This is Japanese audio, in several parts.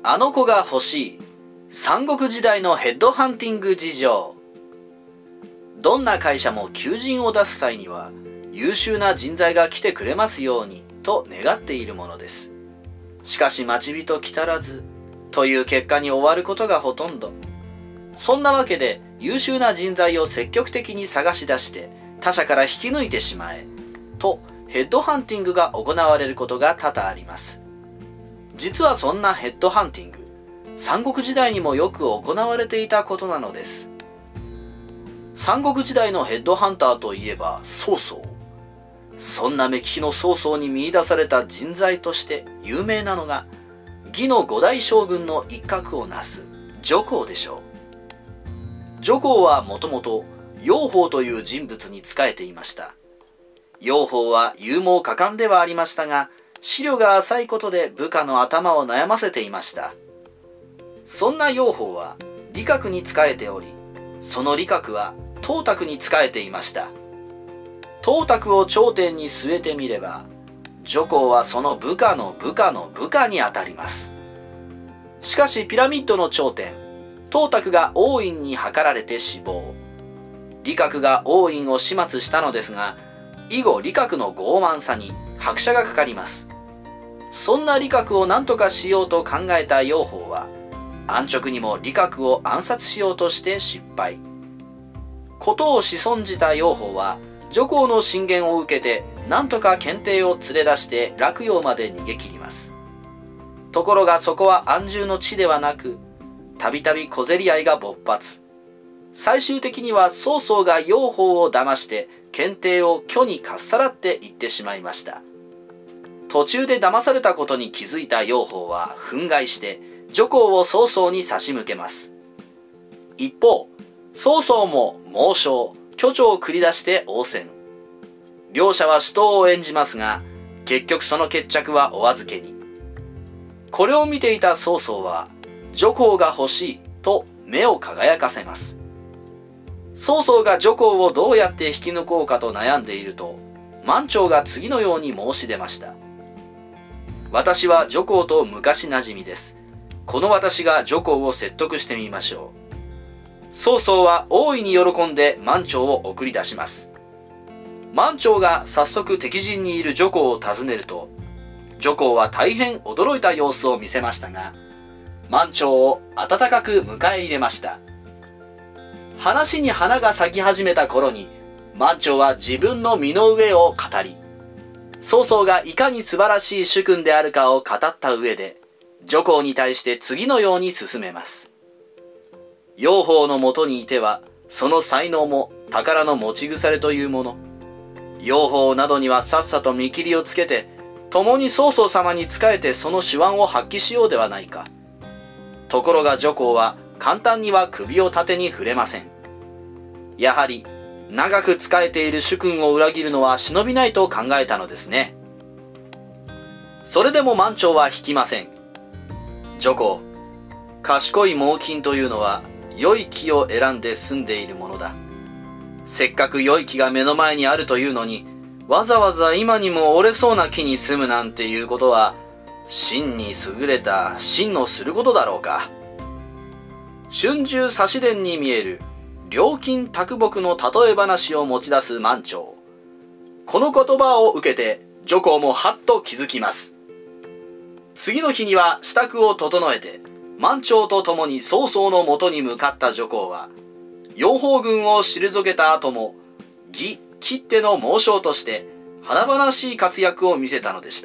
あの子が欲しい三国時代のヘッドハンティング事情。どんな会社も求人を出す際には優秀な人材が来てくれますようにと願っているものです。しかし待ち人来たらずという結果に終わることがほとんど。そんなわけで優秀な人材を積極的に探し出して他社から引き抜いてしまえとヘッドハンティングが行われることが多々あります。実はそんなヘッドハンティング、三国時代にもよく行われていたことなのです。三国時代のヘッドハンターといえば曹操。そんな目利きの曹操に見出された人材として有名なのが魏の五代将軍の一角をなす徐行でしょう。徐行はもともと楊峰という人物に仕えていました。楊峰は勇猛果敢ではありましたが、資料が浅いことで部下の頭を悩ませていました。そんな楊峰は李覚に仕えており、その李覚は董卓に仕えていました。董卓を頂点に据えてみれば、徐行はその部下の部下の部下にあたります。しかしピラミッドの頂点、董卓が王院に諮られて死亡。李覚が王院を始末したのですが、以後李覚の傲慢さに拍車がかかります。そんな李覚を何とかしようと考えた楊峰は、安直にも李覚を暗殺しようとして失敗。ことを仕損じた楊峰は、徐行の進言を受けて、何とか検定を連れ出して洛陽まで逃げ切ります。ところがそこは安住の地ではなく、たびたび小競り合いが勃発。最終的には曹操が楊峰を騙して検定を虚にかっさらっていってしまいました。途中で騙されたことに気づいた楊峰は憤慨して徐行を曹操に差し向けます。一方、曹操も猛将、巨長を繰り出して応戦。両者は死闘を演じますが、結局その決着はお預けに。これを見ていた曹操は、徐行が欲しいと目を輝かせます。曹操が徐行をどうやって引き抜こうかと悩んでいると、満潮が次のように申し出ました。私は徐行と昔馴染みです。この私が徐行を説得してみましょう。曹操は大いに喜んで満潮を送り出します。満潮が早速敵陣にいる徐行を訪ねると、徐行は大変驚いた様子を見せましたが、満潮を温かく迎え入れました。話に花が咲き始めた頃に、満潮は自分の身の上を語り、曹操がいかに素晴らしい主君であるかを語った上で、徐行に対して次のように進めます。楊峰のもとにいては、その才能も宝の持ち腐れというもの。楊峰などにはさっさと見切りをつけて、共に曹操様に仕えてその手腕を発揮しようではないか。ところが徐行は簡単には首を縦に触れません。やはり長く仕えている主君を裏切るのは忍びないと考えたのですね。それでも満潮は引きません。徐行、賢い猛禽というのは良い木を選んで住んでいるものだ。せっかく良い木が目の前にあるというのに、わざわざ今にも折れそうな木に住むなんていうことは、真に優れた真のすることだろうか。春秋差し伝に見える良禽啄木の例え話を持ち出す満潮。この言葉を受けて徐行もはっと気づきます。次の日には支度を整えて、満潮と共に曹操のもとに向かった徐行は、楊峰軍を退けた後も魏きっての猛将として華々しい活躍を見せたのでした。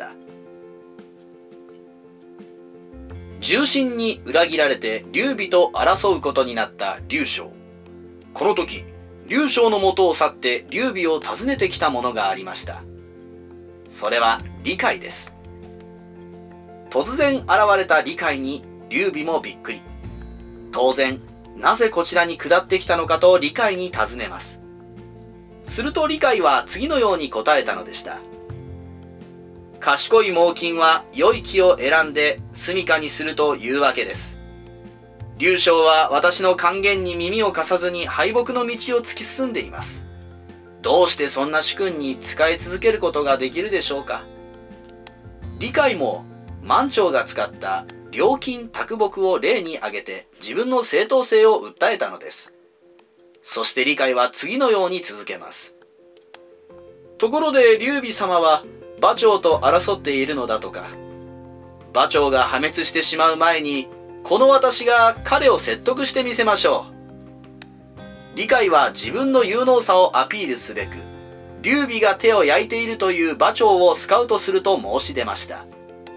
重臣に裏切られて劉備と争うことになった劉将。この時、劉将の元を去って劉備を訪ねてきたものがありました。それは李海です。突然現れた李海に劉備もびっくり。当然、なぜこちらに下ってきたのかと李海に尋ねます。すると李海は次のように答えたのでした。賢い猛禽は良い木を選んで住処にするというわけです。劉将は私の諫言に耳を貸さずに敗北の道を突き進んでいます。どうしてそんな主君に仕え続けることができるでしょうか。李海も満潮が使った良金卓木を例に挙げて自分の正当性を訴えたのです。そして理解は次のように続けます。ところで劉備様は馬長と争っているのだとか。馬長が破滅してしまう前に、この私が彼を説得してみせましょう。理解は自分の有能さをアピールすべく、劉備が手を焼いているという馬長をスカウトすると申し出ました。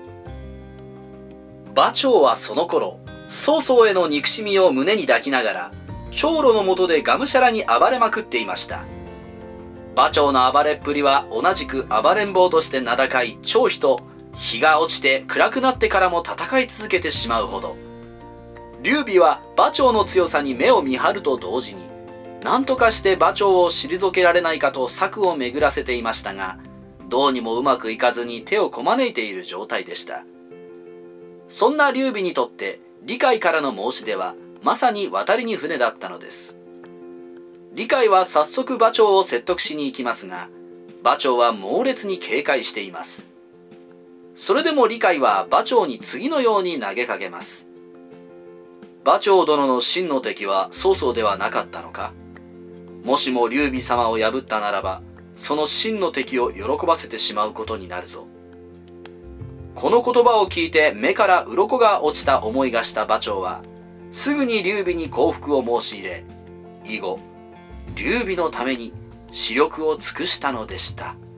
馬長はその頃、曹操への憎しみを胸に抱きながら、長老の下でがむしゃらに暴れまくっていました。馬長の暴れっぷりは同じく暴れん坊として名高い張飛と、日が落ちて暗くなってからも戦い続けてしまうほど、劉備は馬長の強さに目を見張ると同時に、何とかして馬長を退けられないかと策を巡らせていましたが、どうにもうまくいかずに手をこまねいている状態でした。そんな劉備にとって理解からの申し出はまさに渡りに船だったのです。理解は早速馬長を説得しに行きますが、馬長は猛烈に警戒しています。それでも理解は馬長に次のように投げかけます。馬長殿の真の敵は曹操ではなかったのか？もしも劉備様を破ったならば、その真の敵を喜ばせてしまうことになるぞ。この言葉を聞いて目から鱗が落ちた思いがした馬長は、すぐに劉備に降伏を申し入れ、以後、劉備のために死力を尽くしたのでした。